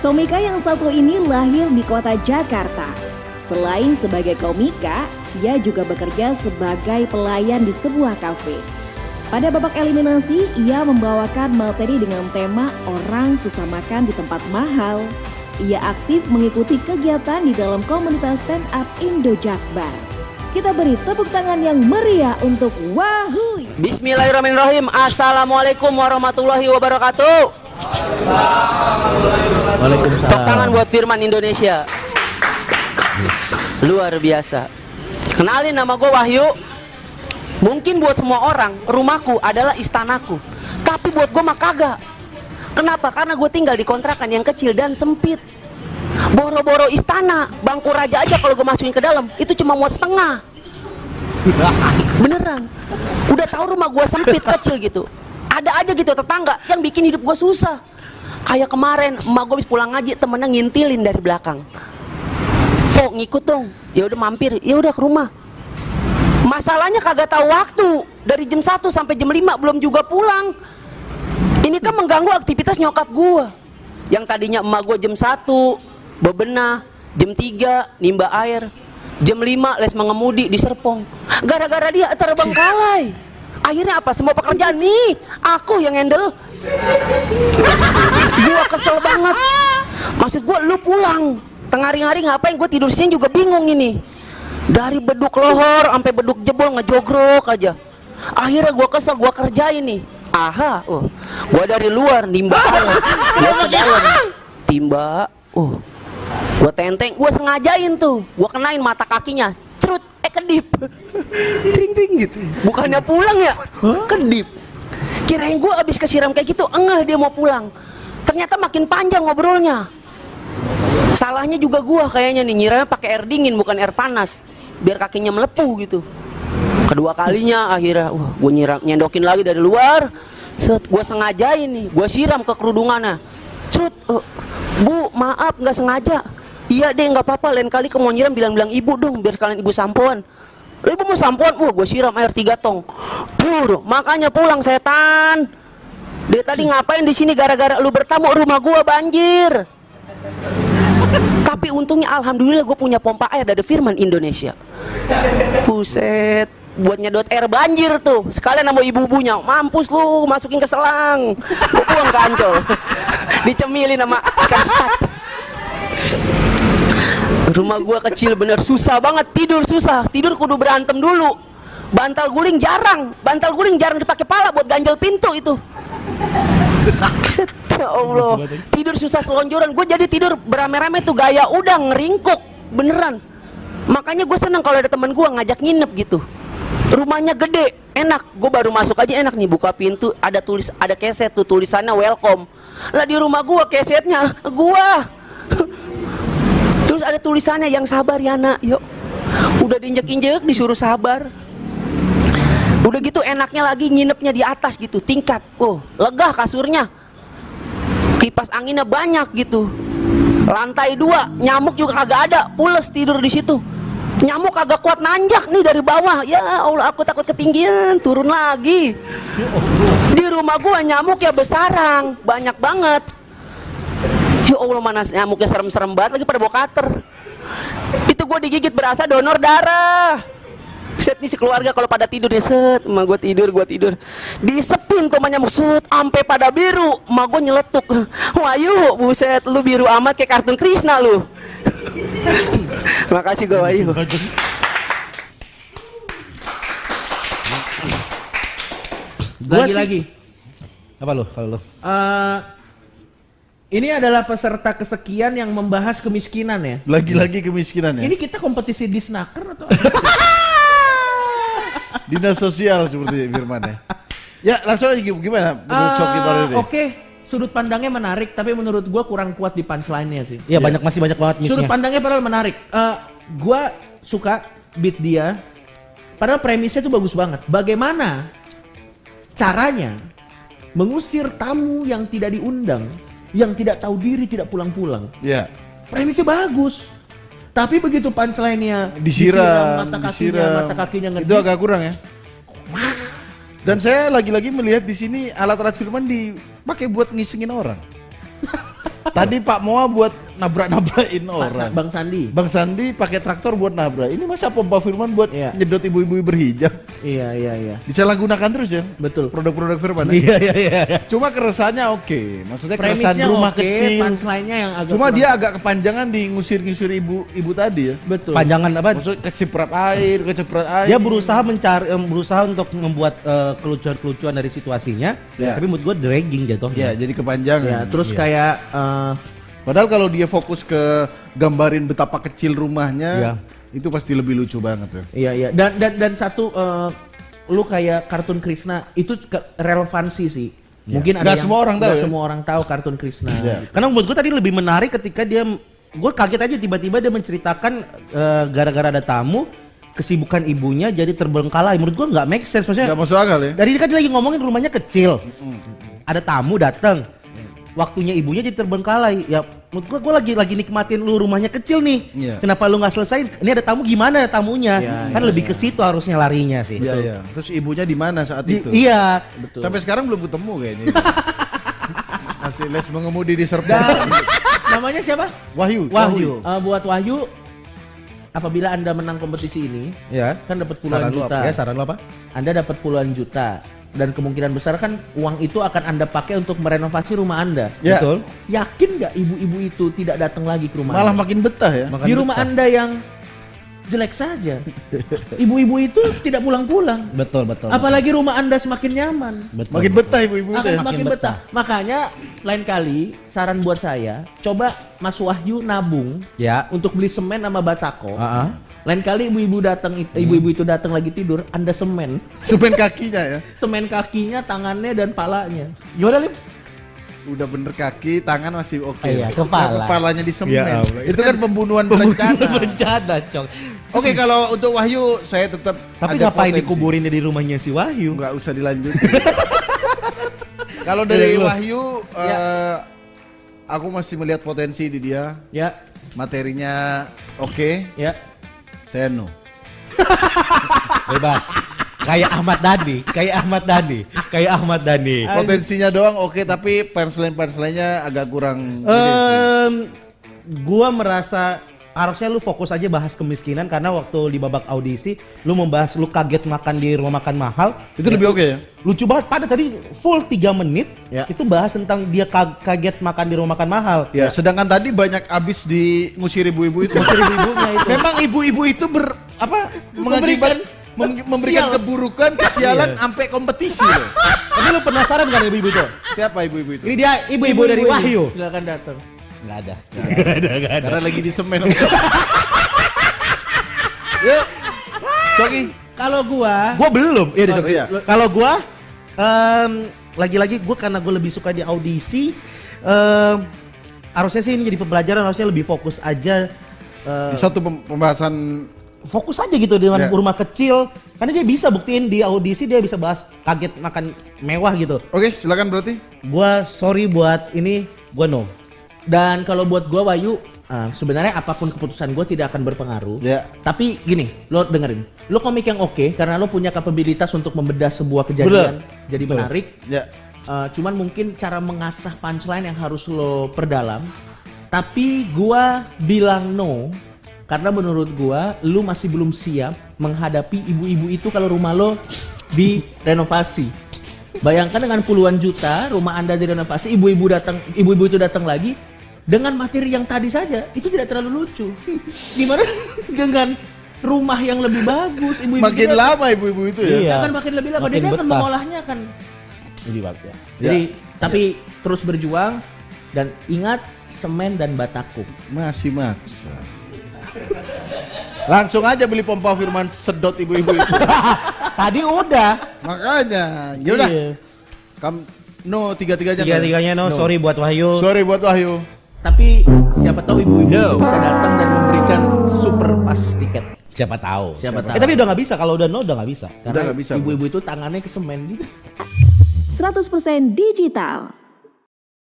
Komika yang satu ini lahir di kota Jakarta. Selain sebagai komika, ia juga bekerja sebagai pelayan di sebuah kafe. Pada babak eliminasi, ia membawakan materi dengan tema orang susah makan di tempat mahal. Ia aktif mengikuti kegiatan di dalam komunitas stand up Indo Jakbar. Kita beri tepuk tangan yang meriah untuk Wahuy. Bismillahirrahmanirrahim. Assalamualaikum warahmatullahi wabarakatuh. Waalaikumsalam. Tepuk tangan buat Firman Indonesia. Luar biasa. Kenalin, nama gue Wahyu. Mungkin buat semua orang rumahku adalah istanaku, tapi buat gue mah kagak. Kenapa? Karena gue tinggal di kontrakan yang kecil dan sempit. Boro-boro istana, bangku raja aja kalau gue masukin ke dalam itu cuma muat setengah. Beneran. Udah tahu rumah gue sempit kecil gitu, ada aja gitu tetangga yang bikin hidup gue susah. Kayak kemarin emak gue habis pulang ngaji, temennya ngintilin dari belakang. Kok ngikut dong? Ya udah mampir, ya udah ke rumah. Masalahnya kagak tahu waktu. Dari jam 1 sampai jam 5 belum juga pulang. Ini kan mengganggu aktivitas nyokap gua. Yang tadinya emak gua jam 1 bebenah, jam 3 nimba air, jam 5 les mengemudi di Serpong. Gara-gara dia terbengkalai. Akhirnya apa? Semua pekerjaan nih aku yang handle. Gua kesel banget. Maksud gua lu pulang tengah hari ngapain? Gue tidur siang juga bingung ini. Dari beduk lohor sampai beduk jebol ngejogrok aja. Akhirnya gue kesel, gue kerjain nih. Gue dari luar nimba air, dia ke dalam timba. Gue tenteng, gue sengajain tuh. Gue kenain mata kakinya, cerut, kedip. Tring gitu. Bukannya pulang ya, kedip. Kirain gue abis kesiram kayak gitu, dia mau pulang. Ternyata makin panjang ngobrolnya. Salahnya juga gua kayaknya nih, nyiranya pakai air dingin bukan air panas biar kakinya melepuh gitu. Kedua kalinya akhirnya gua nyendokin lagi dari luar. Gua sengajain nih, gua siram ke kerudungannya. Bu maaf nggak sengaja. Iya deh nggak apa-apa, lain kali kamu nyiram bilang ibu dong biar kalian ibu sampoan. Ibu mau sampoan? Gua siram air 3 tong. Makanya pulang setan. Dia tadi ngapain di sini gara-gara lu bertamu, rumah gua banjir. Tapi untungnya alhamdulillah gue punya pompa air dari Firman Indonesia. Buset, buat nyedot air banjir tuh. Sekalian sama ibu-ibunya, mampus lu masukin ke selang. Gue buang ke Ancol. Dicemilin sama ikan sepat. Rumah gue kecil bener, susah banget tidur, susah. Tidur kudu berantem dulu. Bantal guling jarang dipakai pala buat ganjel pintu itu. Sakit. Ya Allah, tidur susah selonjoran. Gue jadi tidur berame-rame tuh gaya udah ngeringkuk beneran. Makanya gue seneng kalau ada teman gue ngajak nginep gitu. Rumahnya gede, enak. Gue baru masuk aja enak nih, buka pintu ada keset tuh tulisannya welcome. Lah di rumah gue kesetnya gue. Terus ada tulisannya yang sabar ya nak. Yuk, udah diinjek-injek disuruh sabar. Udah gitu enaknya lagi nginepnya di atas gitu, tingkat. Lega kasurnya. Kipas anginnya banyak gitu. Lantai 2, nyamuk juga kagak ada, pules tidur di situ. Nyamuk kagak kuat nanjak nih dari bawah. Ya Allah, aku takut ketinggian, turun lagi. Di rumah gua nyamuk ya besarang, banyak banget. Ya Allah, mana nyamuknya serem-serem banget lagi pada bawa cutter. Itu gua digigit berasa donor darah. Set nih sekeluarga kalau pada tidur nih, set, emak gue tidur disepin tuh nyamuk, set, ampe pada biru. Emak gue nyeletuk, Wahyu, buset, lu biru amat kayak kartun Krishna lu. Makasih gue Wahyu. Lagi. Apa lu? Kalau lu? Ini adalah peserta kesekian yang membahas kemiskinan ya. Lagi-lagi kemiskinan ya. Ini kita kompetisi di snaker atau? Dinas sosial seperti Firman ya. Ya langsung aja gimana menurut Coki baru ini? Oke, sudut pandangnya menarik, tapi menurut gua kurang kuat di punchline-nya sih. Iya, masih banyak banget miss-nya. Sudut pandangnya padahal menarik. Gua suka beat dia. Padahal premisnya tuh bagus banget. Bagaimana caranya mengusir tamu yang tidak diundang, yang tidak tahu diri, tidak pulang-pulang. Iya. Premisnya bagus. Tapi begitu punchline-nya disiram mata kakinya ngedip. Itu agak kurang ya. Dan saya lagi-lagi melihat di sini alat-alat Firman dipakai buat ngisengin orang. Tadi Pak Moa buat nabrak-nabrakin orang. Bang Sandi. Bang Sandi pakai traktor buat nabrak. Ini masa Pompa Firman buat Iya. nyedot ibu-ibu berhijab. Iya. Disalahgunakan terus ya. Betul. Produk-produk Firman. Iya. Cuma keresahannya oke. Maksudnya keresahan Premisnya rumah oke, kecil. punchline-nya yang agak Cuma kurang. dia agak kepanjangan di ngusir-ngusir ibu tadi ya. Betul. Panjangan apa? Maksudnya keceprat air. Dia berusaha berusaha untuk membuat kelucuan-kelucuan dari situasinya, Ya. tapi menurut gue dragging jatuhnya. Ya, jadi kepanjangan. Ya, terus Iya. kayak Padahal kalau dia fokus ke gambarin betapa kecil rumahnya, Iya. itu pasti lebih lucu banget ya. iya. Dan satu lu kayak kartun Krishna itu relevansi sih. Mungkin ada Nggak yang semua orang tahu nggak ya? semua orang tahu kartun Krishna. Iya. gitu. Karena menurut gue tadi lebih menarik ketika gue kaget aja tiba-tiba dia menceritakan gara-gara ada tamu, kesibukan ibunya jadi terbengkalai. Menurut gue nggak make sense, maksudnya. Nggak masuk akal ya. Dari ini kan dia lagi ngomongin rumahnya kecil, ada tamu datang, waktunya ibunya jadi terbengkalai. Ya menurut gue lagi nikmatin lu rumahnya kecil nih. Iya. Kenapa lu nggak selesain? Ini ada tamu, gimana ya tamunya? Iya, Kan lebih ke situ harusnya larinya sih. Iya. Terus ibunya di mana saat itu? Iya. Betul. Sampai sekarang belum ketemu kayaknya. Masih les mengemudi di Dan Serpong. namanya siapa? Wahyu. Buat Wahyu, apabila Anda menang kompetisi ini, Ya. kan dapat puluhan Saran lu juta. apa? Ya, saran lu apa? Anda dapat puluhan juta. Dan kemungkinan besar kan uang itu akan Anda pakai untuk merenovasi rumah Anda. Ya. Betul. Yakin nggak ibu-ibu itu tidak datang lagi ke rumah Malah Anda? makin betah ya. Makan Di rumah betah. Anda yang jelek saja. Ibu-ibu itu tidak pulang-pulang. Betul. Apalagi rumah Anda semakin nyaman. Betul. Makin betah ibu-ibu itu Akan ya. semakin betah. Makanya lain kali saran buat saya, coba Mas Wahyu nabung Ya. untuk beli semen sama batako. Heeh. Lain kali ibu-ibu itu datang lagi tidur, Anda semen. Semen kakinya ya. Semen kakinya, tangannya dan palanya. Gimana, Lim? Udah bener kaki, tangan masih oke. Iya, kepala. Kepalanya di semen. Ya Allah. Itu kan pembunuhan berencana. Bencana, Cong. Oke, kalau untuk Wahyu saya tetap Tapi ada ngapain potensi. dikuburinnya di rumahnya si Wahyu? Nggak usah dilanjutin. Kalau dari Dari lu. Wahyu, aku masih melihat potensi di dia. Ya, Materinya oke, ya. saya no. Bebas. Kayak Ahmad Dhani. Potensinya doang oke, tapi punchline-punchline-nya agak kurang. Gua merasa harusnya lu fokus aja bahas kemiskinan, karena waktu di babak audisi lu membahas lu kaget makan di rumah makan mahal. Itu lebih oke ya? Lucu banget, pada tadi full 3 menit Ya. itu bahas tentang dia kaget makan di rumah makan mahal. Ya, sedangkan tadi banyak abis di ngusir ibu-ibu itu. Ngusir ibu-ibunya itu. Memang ibu-ibu itu mengakibat memberikan Sial. keburukan, kesialan sampai kompetisi loh. Tapi lu penasaran kan ibu-ibu itu? Siapa ibu-ibu itu? Ini dia ibu-ibu dari Wahyu. Nggak akan datang. Enggak ada. Karena lagi di semen. Yuk, Coki. Kalau gua, Gua belum. Iya, Oh, iya. Kalau gua lagi-lagi gua karena gua lebih suka di audisi, harusnya sih ini jadi pembelajaran, harusnya lebih fokus aja. Di satu pembahasan Fokus aja gitu dengan Ya. rumah kecil, karena dia bisa buktiin di audisi, dia bisa bahas kaget makan mewah gitu. Oke, silakan berarti. Gua sorry buat ini, gua no. dan kalau buat gua Wahyu, sebenarnya apapun keputusan gua tidak akan berpengaruh. Ya. Tapi gini, lo dengerin. Lo komik yang oke karena lo punya kapabilitas untuk membedah sebuah kejadian jadi menarik. Ya. Cuman mungkin cara mengasah punchline yang harus lo perdalam. Tapi gua bilang no karena menurut gua lu masih belum siap menghadapi ibu-ibu itu kalau rumah lo direnovasi. Bayangkan dengan puluhan juta rumah Anda direnovasi, ibu-ibu itu datang lagi dengan materi yang tadi saja, itu tidak terlalu lucu. Gimana dengan rumah yang lebih bagus, ibu-ibu Makin itu lama ibu-ibu itu ya. Iya. akan makin lebih lama. Makin Dia akan betah. mengolahnya akan. Lebih bagus ya. Jadi tapi terus berjuang dan ingat semen dan batako. Masih maksa. Langsung aja beli pompa Firman sedot ibu-ibu itu. Tadi udah. Makanya, yaudah. Iya. No, tiga-tiganya. Tiga-tiganya no, sorry buat Wahyu. Sorry buat Wahyu. Tapi siapa tahu ibu-ibu bisa datang dan memberikan super pas tiket. Siapa tahu. Siapa tahu. Tapi udah nggak bisa, kalau udah no udah nggak bisa. Karena nggak bisa, ibu-ibu itu tangannya ke semen gitu. 100% digital.